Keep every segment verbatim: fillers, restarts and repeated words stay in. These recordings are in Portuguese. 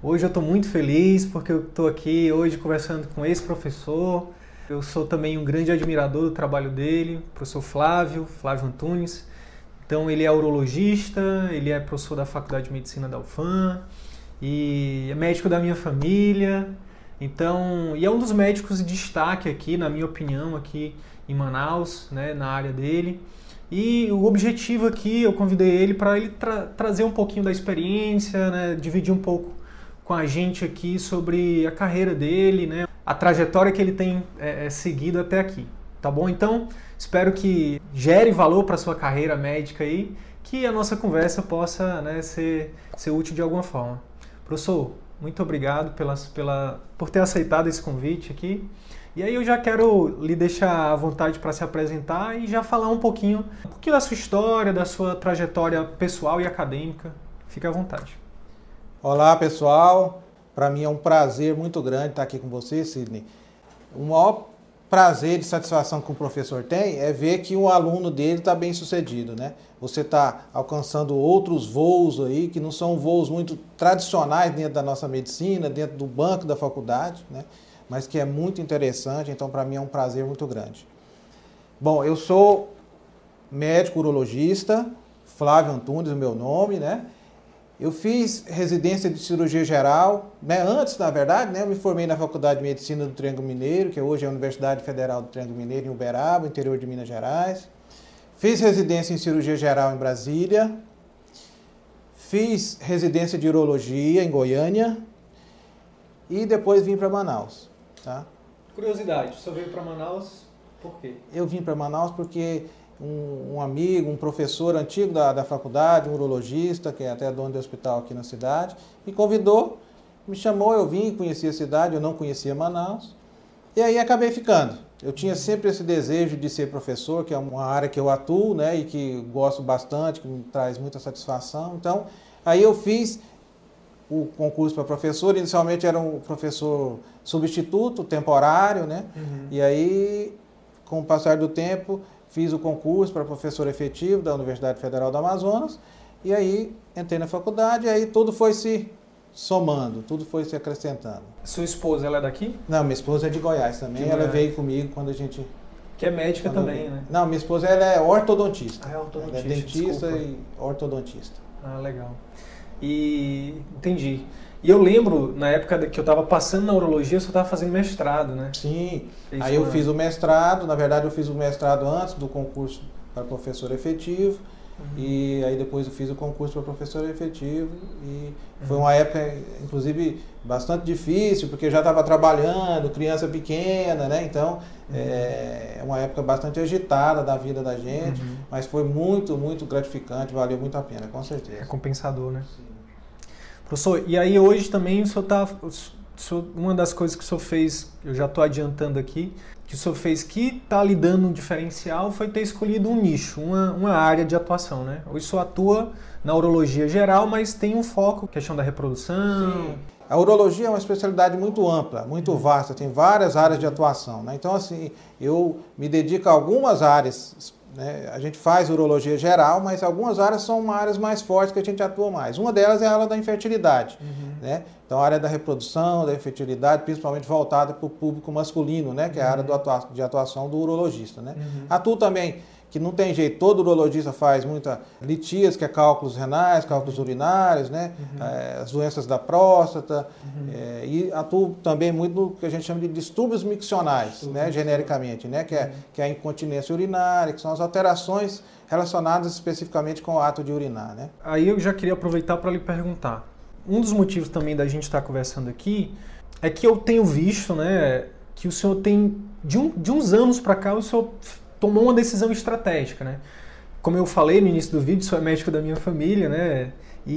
Hoje eu estou muito feliz porque eu estou aqui hoje conversando com esse professor. Eu sou também um grande admirador do trabalho dele, professor Flávio, Flávio Antunes. Então ele é urologista, ele é professor da Faculdade de Medicina da U F A M e é médico da minha família. Então, e é um dos médicos de destaque aqui, na minha opinião, aqui em Manaus, né, na área dele. E o objetivo aqui, eu convidei ele para ele tra trazer um pouquinho da experiência, né, dividir um pouco com a gente aqui sobre a carreira dele, né, a trajetória que ele tem é, seguido até aqui, tá bom? Então, espero que gere valor para a sua carreira médica aí, que a nossa conversa possa, né, ser, ser útil de alguma forma. Professor, muito obrigado pela, pela, por ter aceitado esse convite aqui. E aí eu já quero lhe deixar à vontade para se apresentar e já falar um pouquinho, um pouquinho da sua história, da sua trajetória pessoal e acadêmica. Fique à vontade. Olá, pessoal. Para mim é um prazer muito grande estar aqui com você, Sidney. O maior prazer e satisfação que o professor tem é ver que o aluno dele está bem sucedido, né? Você está alcançando outros voos aí, que não são voos muito tradicionais dentro da nossa medicina, dentro do banco da faculdade, né? Mas que é muito interessante, então para mim é um prazer muito grande. Bom, eu sou médico urologista, Flávio Antunes, o meu nome, né? Eu fiz residência de cirurgia geral, né? Antes, na verdade, né? Eu me formei na Faculdade de Medicina do Triângulo Mineiro, que hoje é a Universidade Federal do Triângulo Mineiro, em Uberaba, interior de Minas Gerais. Fiz residência em cirurgia geral em Brasília. Fiz residência de urologia em Goiânia. E depois vim para Manaus. Tá? Curiosidade, o senhor veio para Manaus por quê? Eu vim para Manaus porque um, um amigo, um professor antigo da, da faculdade, um urologista, que é até dono do hospital aqui na cidade, me convidou, me chamou, eu vim, conheci a cidade, eu não conhecia Manaus, e aí acabei ficando. Eu tinha sempre esse desejo de ser professor, que é uma área que eu atuo, né, e que gosto bastante, que me traz muita satisfação. Então, aí eu fiz o concurso para professor. Inicialmente era um professor substituto, temporário, né? Uhum. E aí, com o passar do tempo, fiz o concurso para professor efetivo da Universidade Federal do Amazonas. E aí, entrei na faculdade e aí tudo foi se somando, tudo foi se acrescentando. Sua esposa, ela é daqui? Não, minha esposa é de Goiás também. De ela Goiás. Veio comigo quando a gente... Que é médica também, eu... né? Não, minha esposa ela é ortodontista. Ah, é ortodontista. Ela é dentista desculpa. E ortodontista. Ah, legal. E entendi. E eu lembro, na época que eu estava passando na urologia, eu só estava fazendo mestrado, né? Sim. Fez aí uma... eu fiz o mestrado, na verdade eu fiz o mestrado antes do concurso para professor efetivo. Uhum. E aí depois eu fiz o concurso para professor efetivo. E uhum. foi uma época, inclusive, bastante difícil, porque eu já estava trabalhando, criança pequena, né? Então, uhum. é uma época bastante agitada da vida da gente, uhum. mas foi muito, muito gratificante, valeu muito a pena, com certeza. É compensador, né? Sim. Professor, e aí hoje também o senhor está... Uma das coisas que o senhor fez, eu já estou adiantando aqui, que o senhor fez que está lhe dando um diferencial foi ter escolhido um nicho, uma, uma área de atuação, né? Hoje o senhor atua na urologia geral, mas tem um foco, questão da reprodução. Sim. A urologia é uma especialidade muito ampla, muito uhum. vasta, tem várias áreas de atuação, né? Então, assim, eu me dedico a algumas áreas, né? A gente faz urologia geral, mas algumas áreas são áreas mais fortes que a gente atua mais. Uma delas é a área da infertilidade, uhum. né? Então, a área da reprodução, da infertilidade, principalmente voltada para o público masculino, né? Que é a área do atua de atuação do urologista, né? Uhum. Atuo também, que não tem jeito, todo urologista faz muita litíase, que é cálculos renais, cálculos urinários, né? Uhum. É, as doenças da próstata, uhum. é, e atuo também muito no que a gente chama de distúrbios miccionais, né? Genericamente, né? Que é, uhum. que é a incontinência urinária, que são as alterações relacionadas especificamente com o ato de urinar, né? Aí eu já queria aproveitar para lhe perguntar. Um dos motivos também da gente estar conversando aqui é que eu tenho visto, né, que o senhor tem, de, um, de uns anos para cá, o senhor tomou uma decisão estratégica, né? Como eu falei no início do vídeo, sou médico da minha família, né?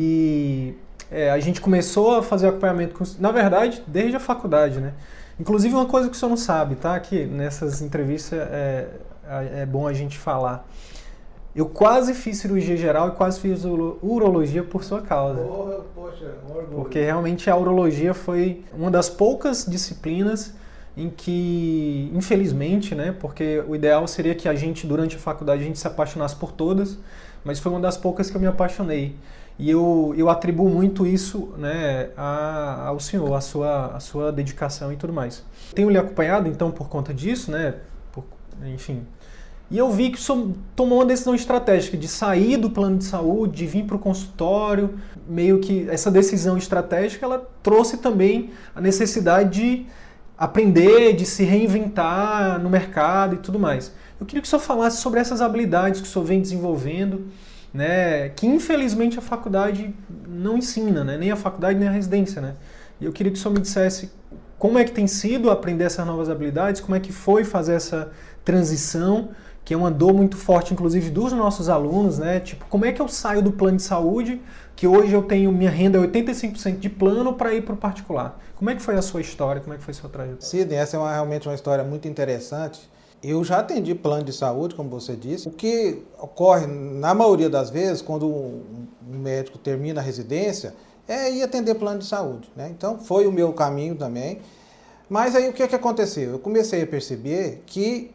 E é, a gente começou a fazer acompanhamento, com, na verdade, desde a faculdade, né? Inclusive uma coisa que o senhor não sabe, tá? Que nessas entrevistas é, é bom a gente falar. Eu quase fiz cirurgia geral e quase fiz urologia por sua causa. Porra, poxa, orgulho. Porque realmente a urologia foi uma das poucas disciplinas em que, infelizmente, né, porque o ideal seria que a gente, durante a faculdade, a gente se apaixonasse por todas, mas foi uma das poucas que eu me apaixonei. E eu, eu atribuo muito isso, né, a, ao senhor, a sua, a sua dedicação e tudo mais. Tenho lhe acompanhado, então, por conta disso, né, por, enfim. E eu vi que o senhor tomou uma decisão estratégica de sair do plano de saúde, de vir para o consultório. Meio que essa decisão estratégica, ela trouxe também a necessidade de aprender, de se reinventar no mercado e tudo mais. Eu queria que o senhor falasse sobre essas habilidades que o senhor vem desenvolvendo, né, que infelizmente a faculdade não ensina, né, nem a faculdade nem a residência, né? E eu queria que o senhor me dissesse como é que tem sido aprender essas novas habilidades, como é que foi fazer essa transição, que é uma dor muito forte, inclusive, dos nossos alunos, né? Tipo, como é que eu saio do plano de saúde, que hoje eu tenho minha renda oitenta e cinco por cento de plano, para ir para o particular? Como é que foi a sua história? Como é que foi a sua trajetória? Sidney, essa é uma, realmente uma história muito interessante. Eu já atendi plano de saúde, como você disse. O que ocorre, na maioria das vezes, quando um médico termina a residência, é ir atender plano de saúde, né? Então, foi o meu caminho também. Mas aí, o que, que aconteceu? Eu comecei a perceber que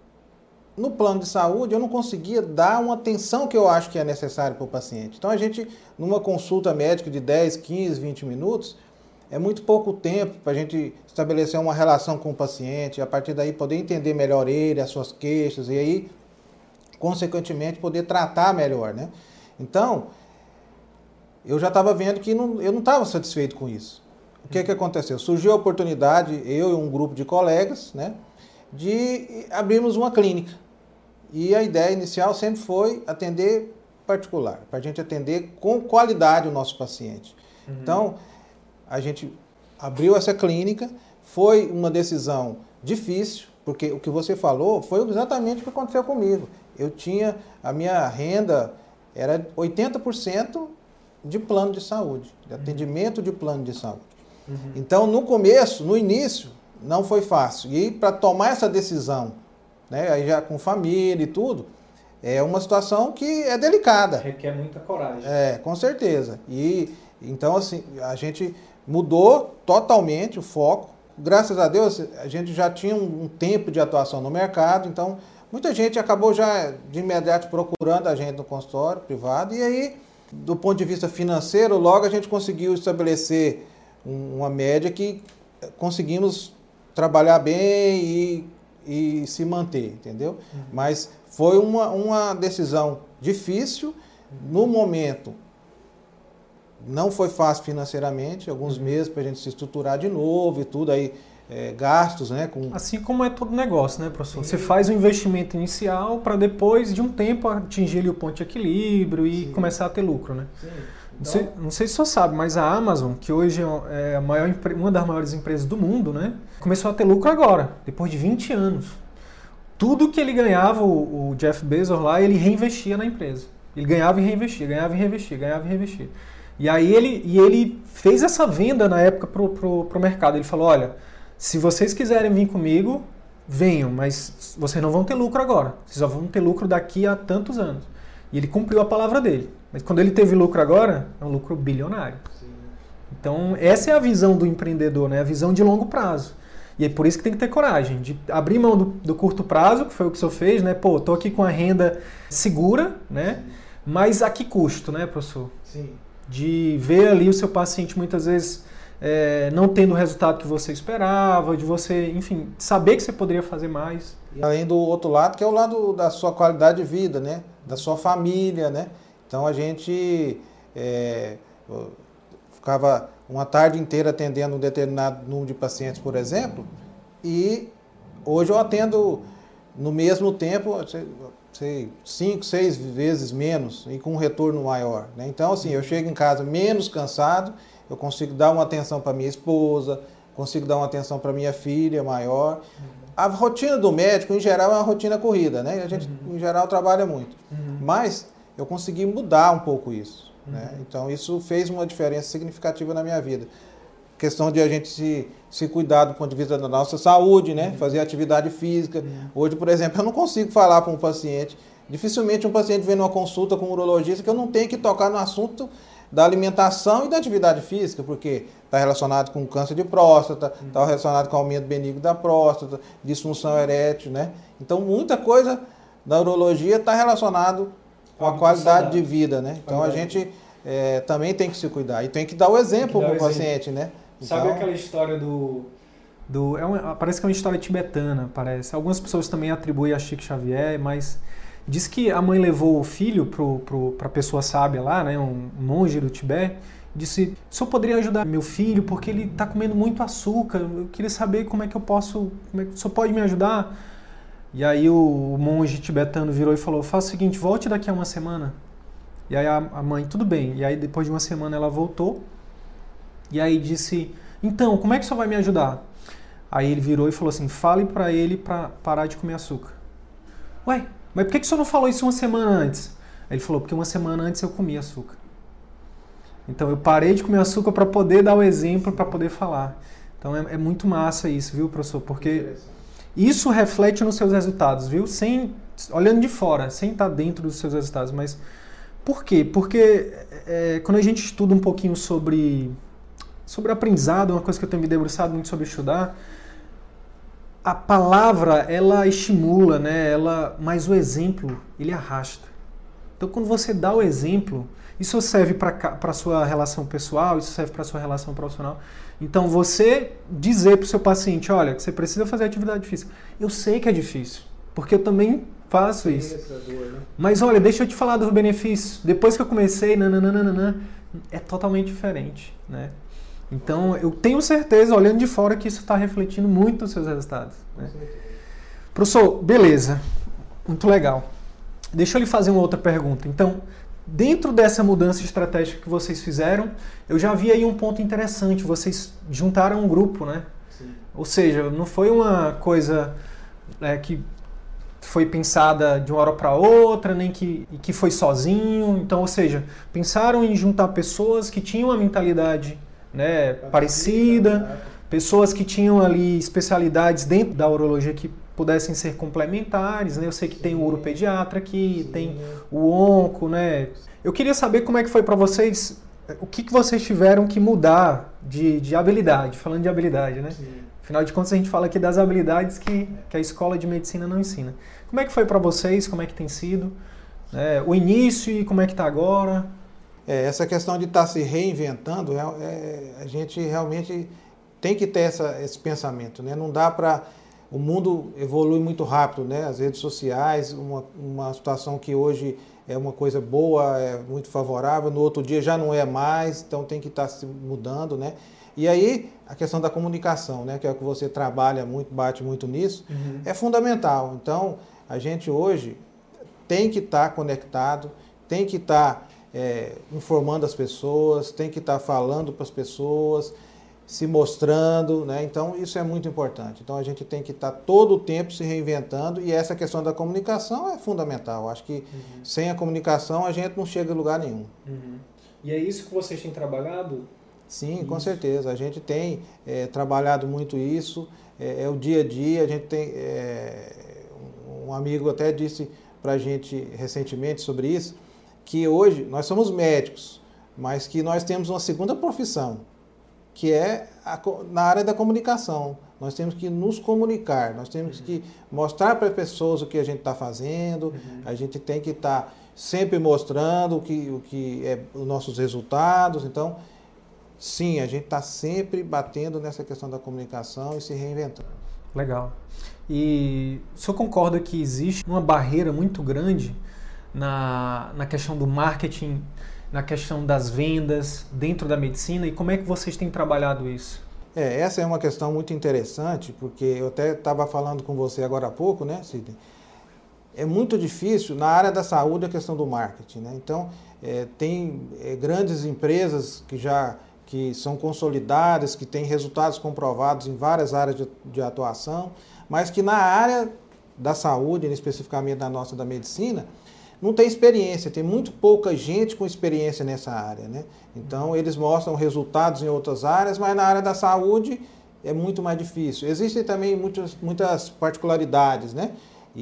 no plano de saúde eu não conseguia dar uma atenção que eu acho que é necessária para o paciente. Então, a gente, numa consulta médica de dez, quinze, vinte minutos, é muito pouco tempo para a gente estabelecer uma relação com o paciente, e a partir daí poder entender melhor ele, as suas queixas, e aí, consequentemente, poder tratar melhor, né? Então, eu já estava vendo que não, eu não estava satisfeito com isso. O que que aconteceu? Surgiu a oportunidade, eu e um grupo de colegas, né, de abrirmos uma clínica. E a ideia inicial sempre foi atender particular, para a gente atender com qualidade o nosso paciente. Uhum. Então, a gente abriu essa clínica, foi uma decisão difícil, porque o que você falou foi exatamente o que aconteceu comigo. Eu tinha, a minha renda era oitenta por cento de plano de saúde, de atendimento de plano de saúde. Uhum. Então, no começo, no início, não foi fácil. E para tomar essa decisão, né, aí já com família e tudo, é uma situação que é delicada. Requer muita coragem. É, com certeza. E então, assim, a gente mudou totalmente o foco. Graças a Deus, a gente já tinha um, um tempo de atuação no mercado, então muita gente acabou já de imediato procurando a gente no consultório privado. E aí, do ponto de vista financeiro, logo a gente conseguiu estabelecer um, uma média que conseguimos trabalhar bem e, e se manter, entendeu? Uhum. Mas foi uma, uma decisão difícil no momento. Não foi fácil financeiramente, alguns uhum. meses para a gente se estruturar de novo e tudo, aí é, gastos, né? Com... Assim como é todo negócio, né, professor? Sim. Você faz um investimento inicial para depois de um tempo atingir ali o ponto de equilíbrio e Sim. começar a ter lucro, né? Sim. Então... Não, sei, não sei se você sabe, mas a Amazon, que hoje é a maior, uma das maiores empresas do mundo, né, começou a ter lucro agora, depois de vinte anos. Tudo que ele ganhava, o, o Jeff Bezos lá, ele reinvestia na empresa. Ele ganhava e reinvestia, ganhava e reinvestia, ganhava e reinvestia. E aí ele, e ele fez essa venda na época pro, pro, pro mercado. Ele falou, olha, se vocês quiserem vir comigo, venham, mas vocês não vão ter lucro agora. Vocês só vão ter lucro daqui a tantos anos. E ele cumpriu a palavra dele. Mas quando ele teve lucro agora, é um lucro bilionário. Sim. Então, essa é a visão do empreendedor, né? A visão de longo prazo. E é por isso que tem que ter coragem, de abrir mão do, do curto prazo, que foi o que o senhor fez, né? Pô, tô aqui com a renda segura, né? Sim. Mas a que custo, né, professor? Sim. De ver ali o seu paciente muitas vezes é, não tendo o resultado que você esperava, de você, enfim, saber que você poderia fazer mais. E além do outro lado, que é o lado da sua qualidade de vida, né? Da sua família, né? Então a gente é, ficava uma tarde inteira atendendo um determinado número de pacientes, por exemplo, e hoje eu atendo no mesmo tempo, sei, cinco, seis vezes menos e com um retorno maior, né? Então, assim, eu chego em casa menos cansado, eu consigo dar uma atenção para minha esposa, consigo dar uma atenção para minha filha maior. A rotina do médico, em geral, é uma rotina corrida, né? A gente, uhum. em geral, trabalha muito. Uhum. Mas eu consegui mudar um pouco isso, uhum. né? Então, isso fez uma diferença significativa na minha vida. Questão de a gente se, se cuidar do ponto de vista da nossa saúde, né? Uhum. Fazer atividade física. Uhum. Hoje, por exemplo, eu não consigo falar para um paciente, dificilmente um paciente vem numa consulta com um urologista que eu não tenho que tocar no assunto da alimentação e da atividade física, porque está relacionado com câncer de próstata, está uhum. relacionado com aumento benigno da próstata, disfunção erétil, né? Então, muita coisa da urologia está relacionado com a qualidade de vida, né? Então, a gente é, também tem que se cuidar. E tem que dar o exemplo para o paciente, né? Sabe Então, aquela história do... do é uma, parece que é uma história tibetana, parece. Algumas pessoas também atribuem a Chico Xavier, mas diz que a mãe levou o filho para a pessoa sábia lá, né, um monge do Tibete, disse, o senhor poderia ajudar meu filho porque ele está comendo muito açúcar, eu queria saber como é que eu posso, como é que, o senhor pode me ajudar? E aí o, o monge tibetano virou e falou, faça o seguinte, volte daqui a uma semana. E aí a, a mãe, tudo bem. E aí depois de uma semana ela voltou, e aí disse, então, como é que o senhor vai me ajudar? Aí ele virou e falou assim, fale para ele para parar de comer açúcar. Ué, mas por que, que o senhor não falou isso uma semana antes? Aí ele falou, porque uma semana antes eu comia açúcar. Então eu parei de comer açúcar para poder dar o exemplo, para poder falar. Então é, é muito massa isso, viu, professor? Porque isso reflete nos seus resultados, viu? Sem, olhando de fora, sem estar dentro dos seus resultados. Mas por quê? Porque é, quando a gente estuda um pouquinho sobre, sobre aprendizado, uma coisa que eu tenho me debruçado muito sobre estudar, a palavra, ela estimula, né? Ela, mas o exemplo, ele arrasta. Então, quando você dá o exemplo, isso serve para a sua relação pessoal, isso serve para a sua relação profissional. Então, você dizer para o seu paciente, olha, você precisa fazer atividade física. Eu sei que é difícil, porque eu também faço isso. Mas, olha, deixa eu te falar dos benefícios. Depois que eu comecei, nananana, é totalmente diferente, né? Então, eu tenho certeza, olhando de fora, que isso está refletindo muito nos seus resultados. Né? Professor, beleza. Muito legal. Deixa eu lhe fazer uma outra pergunta. Então, dentro dessa mudança estratégica que vocês fizeram, eu já vi aí um ponto interessante. Vocês juntaram um grupo, né? Sim. Ou seja, não foi uma coisa é, que foi pensada de uma hora para outra, nem que, que foi sozinho. Então, ou seja, pensaram em juntar pessoas que tinham uma mentalidade, né, parecida, pessoas que tinham ali especialidades dentro da urologia que pudessem ser complementares, né? Eu sei que Sim. tem o uropediatra aqui, Sim. tem o onco, né? Eu queria saber como é que foi para vocês, o que, que vocês tiveram que mudar de, de habilidade, falando de habilidade, né? Sim. Afinal de contas, a gente fala aqui das habilidades que, que a escola de medicina não ensina. Como é que foi para vocês, como é que tem sido, né? O início e como é que está agora? É, essa questão de estar tá se reinventando, é, é, a gente realmente tem que ter essa, esse pensamento, né? Não dá para... O mundo evolui muito rápido, né? As redes sociais, uma, uma situação que hoje é uma coisa boa, é muito favorável, no outro dia já não é mais, então tem que estar tá se mudando, né? E aí, a questão da comunicação, né? Que é o que você trabalha muito, bate muito nisso, uhum. é fundamental. Então, a gente hoje tem que estar tá conectado, tem que estar... Tá É, informando as pessoas, tem que estar tá falando para as pessoas, se mostrando, né? Então isso é muito importante. Então a gente tem que estar tá todo o tempo se reinventando e essa questão da comunicação é fundamental. Acho que uhum. sem a comunicação a gente não chega a lugar nenhum. Uhum. E é isso que vocês têm trabalhado? Sim, isso. Com certeza. A gente tem é, trabalhado muito isso, é, é o dia a dia. A gente tem, é, um amigo até disse para a gente recentemente sobre isso, que hoje nós somos médicos, mas que nós temos uma segunda profissão, que é a, na área da comunicação. Nós temos que nos comunicar, nós temos uhum. que mostrar para as pessoas o que a gente está fazendo, uhum. a gente tem que estar tá sempre mostrando o que, o que é os nossos resultados. Então, sim, a gente está sempre batendo nessa questão da comunicação e se reinventando. Legal. E o senhor concorda que existe uma barreira muito grande Na, na questão do marketing, na questão das vendas dentro da medicina, e como é que vocês têm trabalhado isso? É, essa é uma questão muito interessante, porque eu até estava falando com você agora há pouco, né, Sidney? É muito difícil na área da saúde a questão do marketing, né? Então, é, tem é, grandes empresas que já que são consolidadas, que têm resultados comprovados em várias áreas de, de atuação, mas que na área da saúde, especificamente da nossa da medicina, não tem experiência, tem muito pouca gente com experiência nessa área, né? Então, eles mostram resultados em outras áreas, mas na área da saúde é muito mais difícil. Existem também muitas, muitas particularidades, né?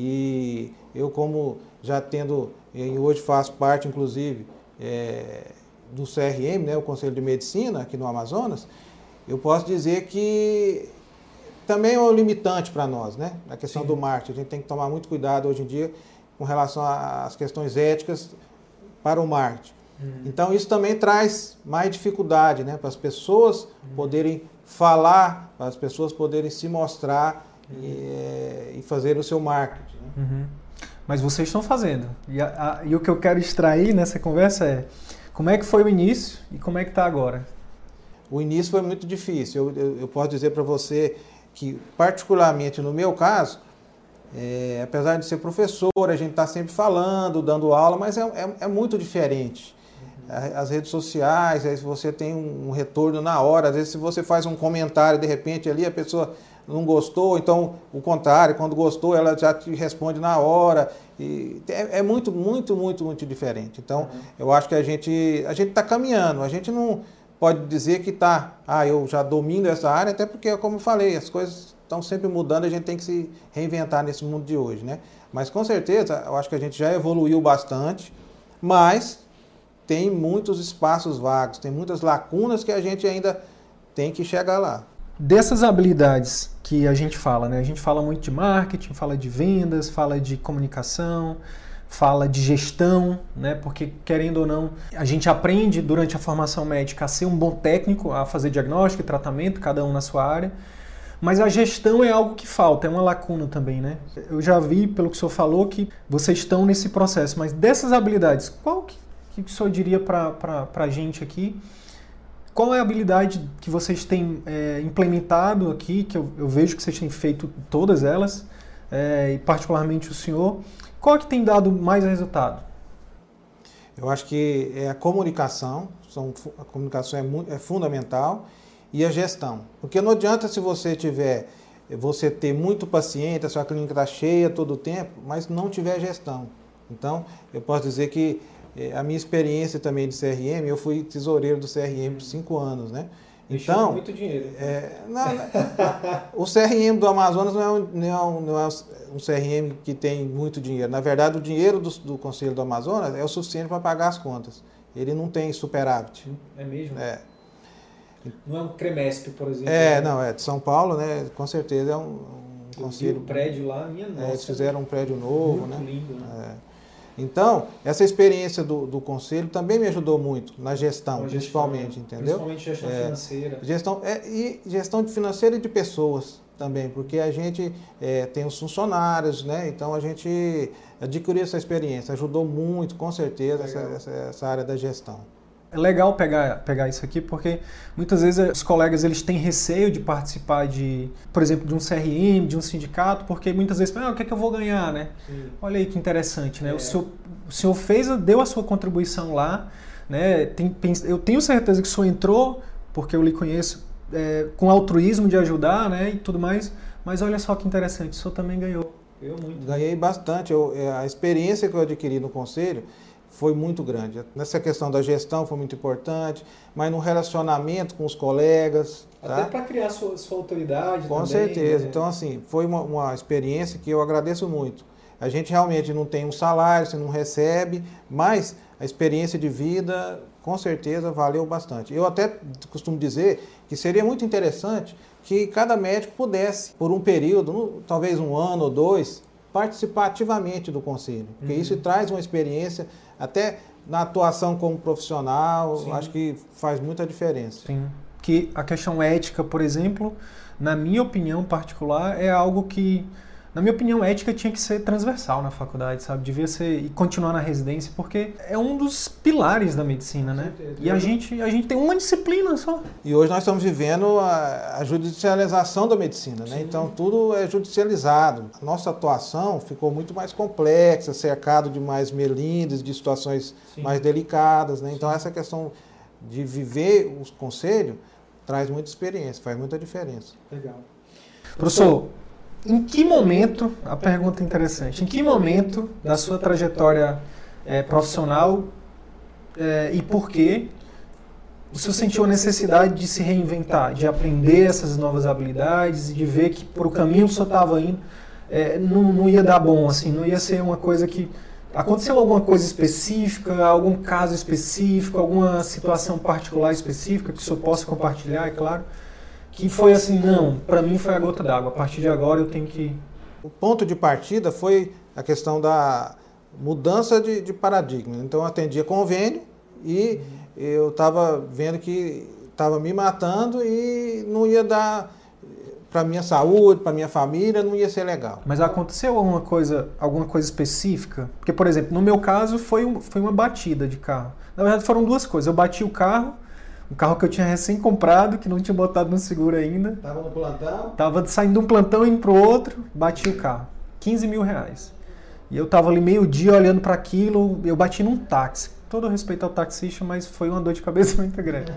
E eu, como já tendo, eu hoje faço parte, inclusive, é, do C R M, né, o Conselho de Medicina, aqui no Amazonas, eu posso dizer que também é um limitante para nós, né? A questão Sim. do marketing, a gente tem que tomar muito cuidado hoje em dia com relação às questões éticas para o marketing. Uhum. Então isso também traz mais dificuldade, né? Para as pessoas uhum. poderem falar, para as pessoas poderem se mostrar uhum. e, e fazer o seu marketing. Né? Uhum. Mas vocês estão fazendo. E, a, a, e o que eu quero extrair nessa conversa é como é que foi o início e como é que está agora? O início foi muito difícil. Eu, eu, eu posso dizer para você que, particularmente no meu caso, é, apesar de ser professor, a gente está sempre falando, dando aula, mas é, é, é muito diferente. Uhum. As redes sociais, aí você tem um, um retorno na hora. Às vezes, se você faz um comentário, de repente, ali a pessoa não gostou, então, o contrário, quando gostou, ela já te responde na hora. E é, é muito, muito, muito, muito diferente. Então, uhum. eu acho que a gente a gente está caminhando. A gente não pode dizer que está, ah, eu já domino essa área, até porque, como eu falei, as coisas estão sempre mudando, a gente tem que se reinventar nesse mundo de hoje, né? Mas, com certeza, eu acho que a gente já evoluiu bastante, mas tem muitos espaços vagos, tem muitas lacunas que a gente ainda tem que chegar lá. Dessas habilidades que a gente fala, né? A gente fala muito de marketing, fala de vendas, fala de comunicação, fala de gestão, né? Porque, querendo ou não, a gente aprende durante a formação médica a ser um bom técnico, a fazer diagnóstico e tratamento, cada um na sua área. Mas a gestão é algo que falta, é uma lacuna também, né? Eu já vi, pelo que o senhor falou, que vocês estão nesse processo, mas dessas habilidades, qual que, que o senhor diria para a gente aqui? Qual é a habilidade que vocês têm é, implementado aqui, que eu, eu vejo que vocês têm feito todas elas, é, e particularmente o senhor, qual é que tem dado mais resultado? Eu acho que é a comunicação, são, a comunicação é, muito, é fundamental, e a gestão. Porque não adianta se você tiver, você ter muito paciente, a sua clínica está cheia todo o tempo, mas não tiver gestão. Então, eu posso dizer que a minha experiência também de C R M, eu fui tesoureiro do C R M por cinco anos, né? Então, muito dinheiro. É, não, o C R M do Amazonas não é, um, não, é um, não é um C R M que tem muito dinheiro. Na verdade, o dinheiro do, do Conselho do Amazonas é o suficiente para pagar as contas. Ele não tem superávit. É mesmo? É. Não é um CREMESP, por exemplo? É, não, é de São Paulo, né? Com certeza é um, um conselho. O prédio lá, minha nossa. É, eles fizeram um prédio novo, muito né? Lindo, né? É. Então, essa experiência do, do conselho também me ajudou muito na gestão, gestão, principalmente, entendeu? Principalmente gestão é, financeira. Gestão, é, e gestão de financeira e de pessoas também, porque a gente é, tem os funcionários, né? Então a gente adquiriu essa experiência, ajudou muito, com certeza, essa, essa, essa área da gestão. É legal pegar, pegar isso aqui porque muitas vezes os colegas eles têm receio de participar de, por exemplo, de um C R M, de um sindicato, porque muitas vezes, ah, o que é que eu vou ganhar, né? Sim. Olha aí que interessante, né? É. O, senhor, o senhor fez, deu a sua contribuição lá, né? Tem, eu tenho certeza que o senhor entrou, porque eu lhe conheço, é, com altruísmo de ajudar, né? E tudo mais, mas olha só que interessante, o senhor também ganhou. Eu muito. Ganhei bastante. Eu, a experiência que eu adquiri no conselho foi muito grande. Nessa questão da gestão foi muito importante, mas no relacionamento com os colegas. Até tá? para criar sua, sua autoridade. Com também, certeza. né? Então, assim, foi uma, uma experiência que eu agradeço muito. A gente realmente não tem um salário, você não recebe, mas a experiência de vida, com certeza, valeu bastante. Eu até costumo dizer que seria muito interessante que cada médico pudesse, por um período, talvez um ano ou dois, participar ativamente do conselho. Porque uhum. isso traz uma experiência, até na atuação como profissional, Sim. acho que faz muita diferença. Sim. Que a questão ética, por exemplo, na minha opinião particular, é algo que, na minha opinião, ética tinha que ser transversal na faculdade, sabe? Devia ser e continuar na residência, porque é um dos pilares da medicina, né? E a gente, a gente tem uma disciplina só. E hoje nós estamos vivendo a, a judicialização da medicina, né? Sim. Então tudo é judicializado. A nossa atuação ficou muito mais complexa, cercado de mais melindres, de situações Sim. mais delicadas, né? Então Sim. essa questão de viver o conselho traz muita experiência, faz muita diferença. Legal. Professor, em que momento, a pergunta interessante, em que momento da sua trajetória é, profissional é, e por quê o senhor sentiu a necessidade de se reinventar, de aprender essas novas habilidades e de ver que por o caminho que o senhor estava indo é, não, não ia dar bom, assim, não ia ser uma coisa que... Aconteceu alguma coisa específica, algum caso específico, alguma situação particular específica que o senhor possa compartilhar, é claro? Que foi assim, não, para mim foi a gota d'água, a partir de agora eu tenho que... O ponto de partida foi a questão da mudança de, de paradigma. Então eu atendia convênio e eu estava vendo que estava me matando e não ia dar para minha saúde, para minha família, não ia ser legal. Mas aconteceu alguma coisa, alguma coisa específica? Porque, por exemplo, no meu caso foi, um, foi uma batida de carro. Na verdade foram duas coisas. Eu bati o carro, um carro que eu tinha recém comprado, que não tinha botado no seguro ainda. Estava no plantão? Tava saindo de um plantão indo pro outro, bati o carro. quinze mil reais. E eu tava ali meio dia olhando para aquilo, eu bati num táxi. Todo respeito ao taxista, mas foi uma dor de cabeça muito grande.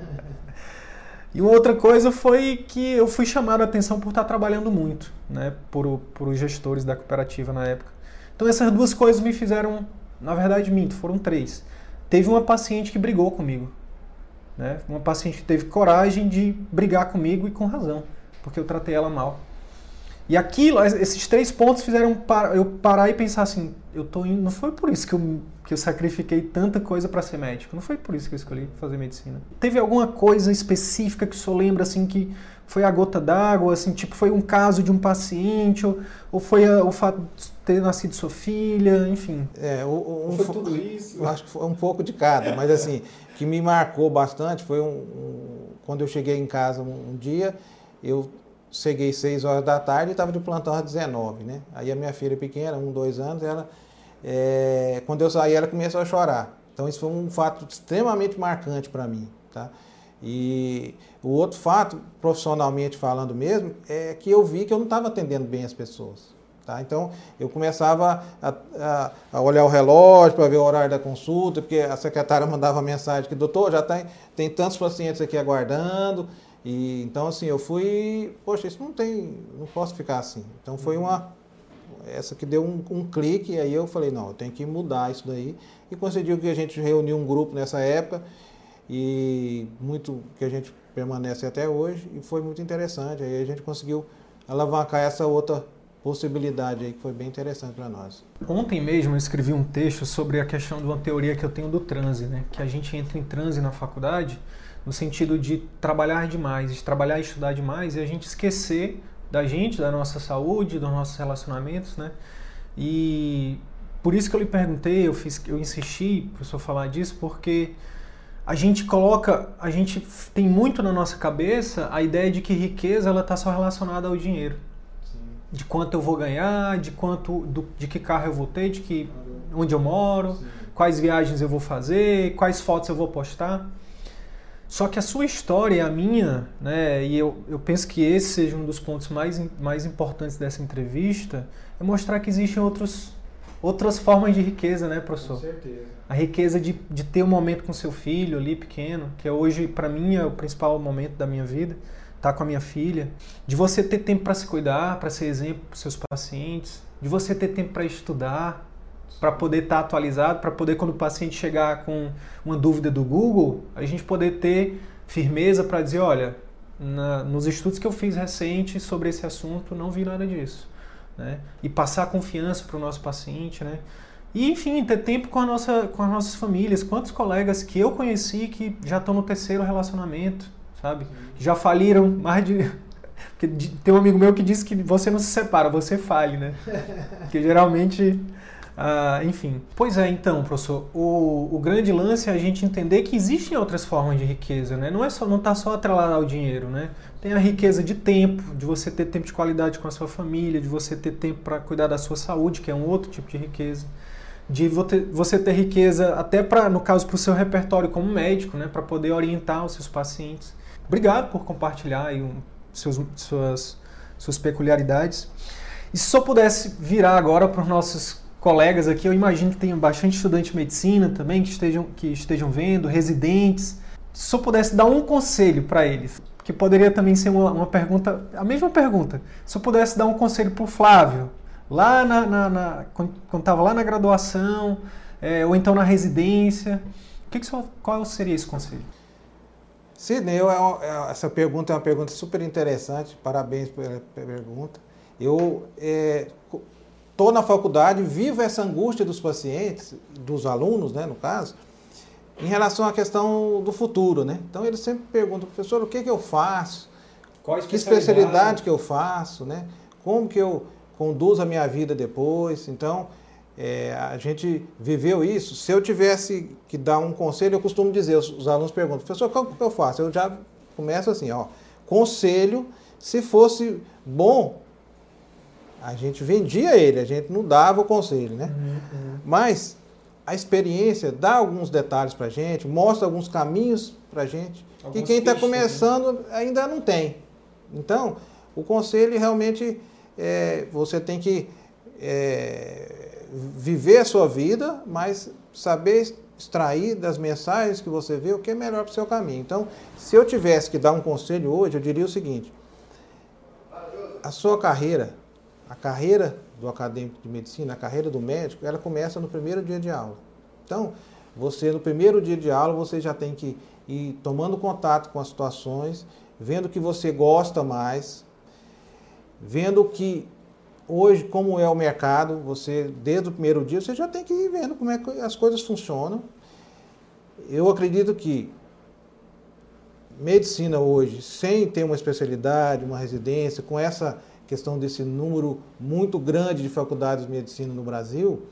E uma outra coisa foi que eu fui chamado a atenção por estar trabalhando muito, né, por, por os gestores da cooperativa na época. Então essas duas coisas me fizeram, na verdade, minto, foram três. Teve uma paciente que brigou comigo, né, uma paciente que teve coragem de brigar comigo e com razão, porque eu tratei ela mal. E aquilo, esses três pontos fizeram eu parar e pensar assim, eu tô indo, não foi por isso que eu, que eu sacrifiquei tanta coisa para ser médico, não foi por isso que eu escolhi fazer medicina. Teve alguma coisa específica que o senhor lembra assim que foi a gota d'água, assim, tipo foi um caso de um paciente, ou, ou foi a, o fato de ter nascido sua filha, enfim. É, o, um, foi tudo isso? Eu acho que foi um pouco de cada, mas assim, o que me marcou bastante foi um, um, quando eu cheguei em casa um, um dia, eu cheguei seis horas da tarde e estava de plantão às dezenove, né? Aí a minha filha pequena, um, dois anos, ela, é, quando eu saí, ela começou a chorar. Então isso foi um fato extremamente marcante para mim, tá? E o outro fato, profissionalmente falando mesmo, é que eu vi que eu não estava atendendo bem as pessoas, tá? Então eu começava a, a, a olhar o relógio para ver o horário da consulta, porque a secretária mandava mensagem que, doutor, já tem, tem tantos pacientes aqui aguardando. E, então, assim, eu fui, poxa, isso não tem, não posso ficar assim. Então, foi uma, essa que deu um, um clique, e aí eu falei, não, eu tenho que mudar isso daí. E conseguiu que a gente reuniu um grupo nessa época, e muito que a gente permanece até hoje, e foi muito interessante. Aí a gente conseguiu alavancar essa outra possibilidade aí, que foi bem interessante para nós. Ontem mesmo eu escrevi um texto sobre a questão de uma teoria que eu tenho do transe, né? Que a gente entra em transe na faculdade, no sentido de trabalhar demais, de trabalhar e estudar demais e a gente esquecer da gente, da nossa saúde, dos nossos relacionamentos, né? E por isso que eu lhe perguntei, eu, fiz, eu insisti para o senhor falar disso, porque a gente coloca, a gente tem muito na nossa cabeça a ideia de que riqueza ela está só relacionada ao dinheiro. Sim. De quanto eu vou ganhar, de quanto, do, de que carro eu vou ter, de que, onde eu moro, sim, quais viagens eu vou fazer, quais fotos eu vou postar. Só que a sua história e a minha, né, e eu, eu penso que esse seja um dos pontos mais, mais importantes dessa entrevista, é mostrar que existem outros, outras formas de riqueza, né, professor? Com certeza. A riqueza de, de ter um momento com seu filho ali pequeno, que hoje, para mim, é o principal momento da minha vida, estar com a minha filha. De você ter tempo para se cuidar, para ser exemplo para os seus pacientes. De você ter tempo para estudar, para poder estar atualizado, para poder, quando o paciente chegar com uma dúvida do Google, a gente poder ter firmeza para dizer, olha, na, nos estudos que eu fiz recente sobre esse assunto, não vi nada disso. Né? E passar confiança para o nosso paciente, né? E, enfim, ter tempo com, a nossa, com as nossas famílias. Quantos colegas que eu conheci que já estão no terceiro relacionamento, sabe? Já faliram mais de... Porque tem um amigo meu que disse que você não se separa, você fale, né? Porque geralmente... Ah, enfim. Pois é, então, professor, o, o grande lance é a gente entender que existem outras formas de riqueza, né? Não é só, não está só atrelado ao dinheiro, né? Tem a riqueza de tempo, de você ter tempo de qualidade com a sua família, de você ter tempo para cuidar da sua saúde, que é um outro tipo de riqueza. De você ter riqueza até, pra, no caso, para o seu repertório como médico, né? Para poder orientar os seus pacientes. Obrigado por compartilhar aí um, seus, suas, suas peculiaridades. E se só pudesse virar agora para os nossos colegas aqui, eu imagino que tenham bastante estudante de medicina também, que estejam, que estejam vendo, residentes. Se eu pudesse dar um conselho para eles, que poderia também ser uma, uma pergunta, a mesma pergunta, se eu pudesse dar um conselho para o Flávio, lá na, na, na, quando estava lá na graduação, é, ou então na residência, o que que senhor, qual seria esse conselho? Sidney, eu, eu, essa pergunta é uma pergunta super interessante, parabéns pela pergunta. Eu... É, estou na faculdade, vivo essa angústia dos pacientes, dos alunos, né, no caso, em relação à questão do futuro, né? Então, eles sempre perguntam, professor, o que, que eu faço? Qual que especialidade que eu faço, né? Como que eu conduzo a minha vida depois? Então, é, a gente viveu isso. Se eu tivesse que dar um conselho, eu costumo dizer, os, os alunos perguntam, professor, qual que eu faço? Eu já começo assim, ó, conselho, se fosse bom, a gente vendia ele, a gente não dava o conselho, né? Uhum. Mas a experiência dá alguns detalhes para a gente, mostra alguns caminhos para a gente, alguns que quem está começando, né, ainda não tem. Então, o conselho realmente, é, você tem que é, viver a sua vida, mas saber extrair das mensagens que você vê o que é melhor para o seu caminho. Então, se eu tivesse que dar um conselho hoje, eu diria o seguinte: a sua carreira, a carreira do acadêmico de medicina, a carreira do médico, ela começa no primeiro dia de aula. Então, você no primeiro dia de aula, você já tem que ir tomando contato com as situações, vendo o que você gosta mais, vendo que hoje, como é o mercado, você, desde o primeiro dia, você já tem que ir vendo como é que as coisas funcionam. Eu acredito que medicina hoje, sem ter uma especialidade, uma residência, com essa questão desse número muito grande de faculdades de medicina no Brasil,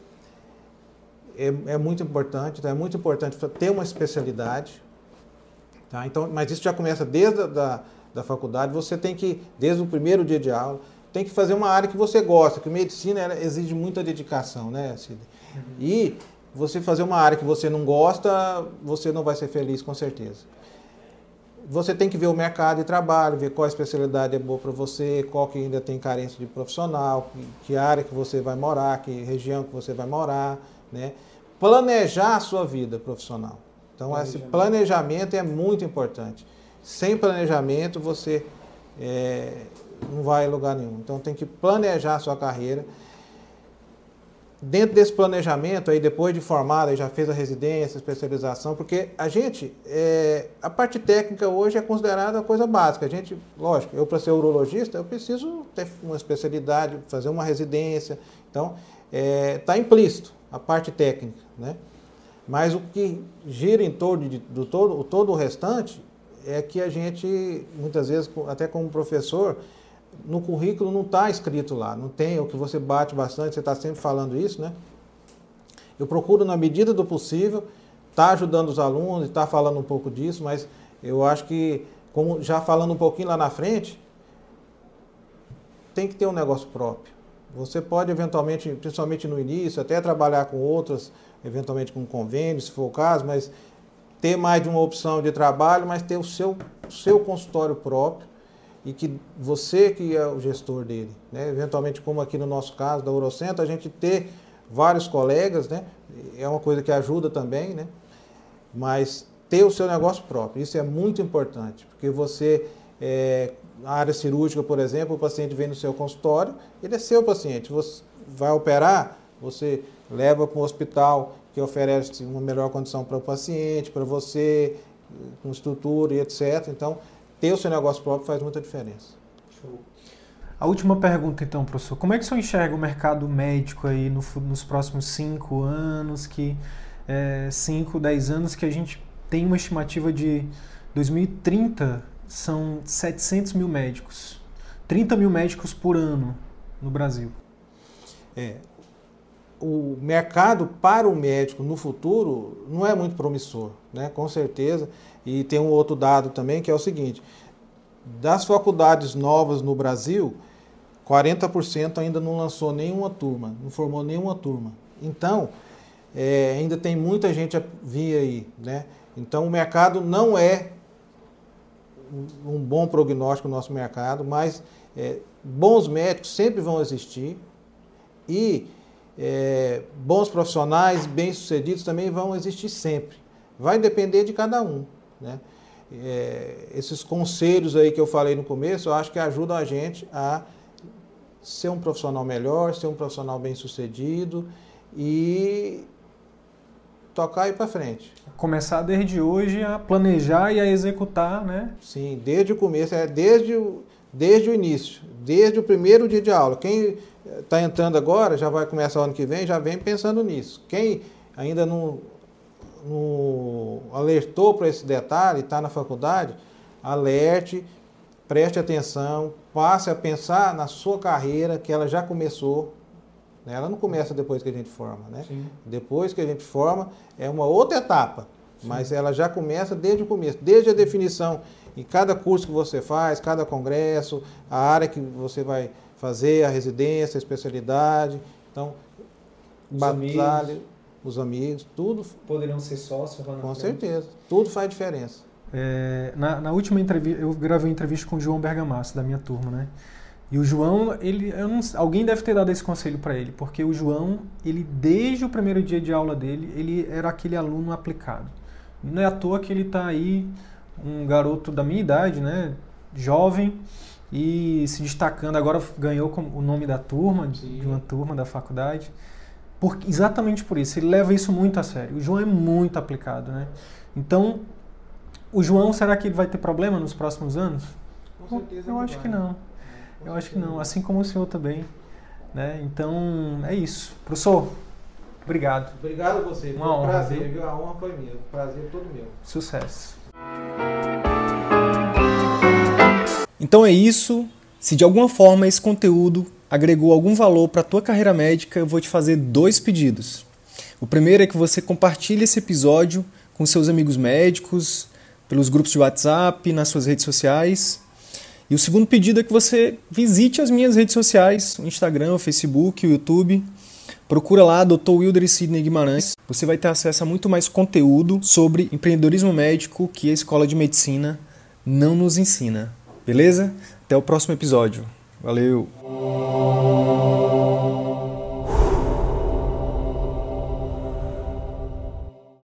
é, é muito importante, tá? É muito importante ter uma especialidade, tá? Então, mas isso já começa desde a da, da faculdade, você tem que, desde o primeiro dia de aula, tem que fazer uma área que você gosta, que medicina ela exige muita dedicação, né, Cid? Uhum. E você fazer uma área que você não gosta, você não vai ser feliz, com certeza. Você tem que ver o mercado de trabalho, ver qual especialidade é boa para você, qual que ainda tem carência de profissional, que, que área que você vai morar, que região que você vai morar, né? Planejar a sua vida profissional. Então, esse planejamento é muito importante. Sem planejamento, você é, não vai em lugar nenhum. Então, tem que planejar a sua carreira. Dentro desse planejamento, aí depois de formado, aí já fez a residência, a especialização, porque a gente, é, a parte técnica hoje é considerada coisa básica. A gente, lógico, eu para ser urologista, eu preciso ter uma especialidade, fazer uma residência. Então, está é, implícito a parte técnica, né? Mas o que gira em torno de, do todo, todo o restante é que a gente, muitas vezes, até como professor, no currículo não está escrito lá, não tem, o que você bate bastante, você está sempre falando isso, né? Eu procuro, na medida do possível, estar tá ajudando os alunos, estar tá falando um pouco disso, mas eu acho que, como já falando um pouquinho lá na frente, tem que ter um negócio próprio. Você pode, eventualmente, principalmente no início, até trabalhar com outras, eventualmente com convênios, se for o caso, mas ter mais de uma opção de trabalho, mas ter o seu, o seu consultório próprio, e que você que é o gestor dele, né? Eventualmente, como aqui no nosso caso da Urocentro, a gente ter vários colegas, né? É uma coisa que ajuda também, né? Mas ter o seu negócio próprio, isso é muito importante, porque você, é, na área cirúrgica, por exemplo, o paciente vem no seu consultório, ele é seu paciente, você vai operar, você leva para um hospital que oferece uma melhor condição para o paciente, para você, com estrutura e etcétera. Então, ter o seu negócio próprio faz muita diferença. Show. A última pergunta, então, professor. Como é que o senhor enxerga o mercado médico aí no, nos próximos cinco anos, que é, cinco, dez anos, que a gente tem uma estimativa de dois mil e trinta, são setecentos mil médicos. trinta mil médicos por ano no Brasil. É, o mercado para o médico no futuro não é muito promissor, né? Com certeza. E tem um outro dado também, que é o seguinte: das faculdades novas no Brasil, quarenta por cento ainda não lançou nenhuma turma, não formou nenhuma turma. Então, é, ainda tem muita gente a vir aí, né? Então, o mercado não é um bom prognóstico no nosso mercado, mas é, bons médicos sempre vão existir e é, bons profissionais, bem-sucedidos também vão existir sempre. Vai depender de cada um, né? É, esses conselhos aí que eu falei no começo, eu acho que ajudam a gente a ser um profissional melhor, ser um profissional bem-sucedido e tocar e ir para frente. Começar desde hoje a planejar e a executar, né? Sim, desde o começo, é desde o, desde o início, desde o primeiro dia de aula. Quem está entrando agora, já vai começar o ano que vem, já vem pensando nisso. Quem ainda não, não alertou para esse detalhe, está na faculdade, alerte, preste atenção, passe a pensar na sua carreira, que ela já começou, né? Ela não começa depois que a gente forma, né? Sim. Depois que a gente forma, é uma outra etapa, sim, mas ela já começa desde o começo, desde a definição em cada curso que você faz, cada congresso, a área que você vai fazer, a residência, a especialidade, então, os batalha, amigos, os amigos, tudo. Poderão ser sócios lá na Com frente. certeza, tudo faz diferença. É, na, na última entrevista, eu gravei uma entrevista com o João Bergamasco, da minha turma, né? E o João, ele, eu não, alguém deve ter dado esse conselho para ele, porque o João, ele desde o primeiro dia de aula dele, ele era aquele aluno aplicado. Não é à toa que ele está aí, um garoto da minha idade, né? Jovem, e se destacando, agora ganhou o nome da turma, sim, de uma turma da faculdade, por, exatamente por isso, ele leva isso muito a sério. O João é muito aplicado, né? Então, o João, será que ele vai ter problema nos próximos anos? Com certeza. Eu acho vai. que não. Eu acho que não, assim como o senhor também, né? Então, é isso. Professor, obrigado. Obrigado a você, foi Uma um honra, prazer, viu? viu? A honra foi minha, o prazer todo meu. Sucesso. Então é isso. Se de alguma forma esse conteúdo agregou algum valor para a tua carreira médica, eu vou te fazer dois pedidos. O primeiro é que você compartilhe esse episódio com seus amigos médicos, pelos grupos de WhatsApp, nas suas redes sociais. E o segundo pedido é que você visite as minhas redes sociais, o Instagram, o Facebook, o YouTube. Procura lá doutor Wilder e Sidney Guimarães. Você vai ter acesso a muito mais conteúdo sobre empreendedorismo médico que a Escola de Medicina não nos ensina. Beleza? Até o próximo episódio. Valeu!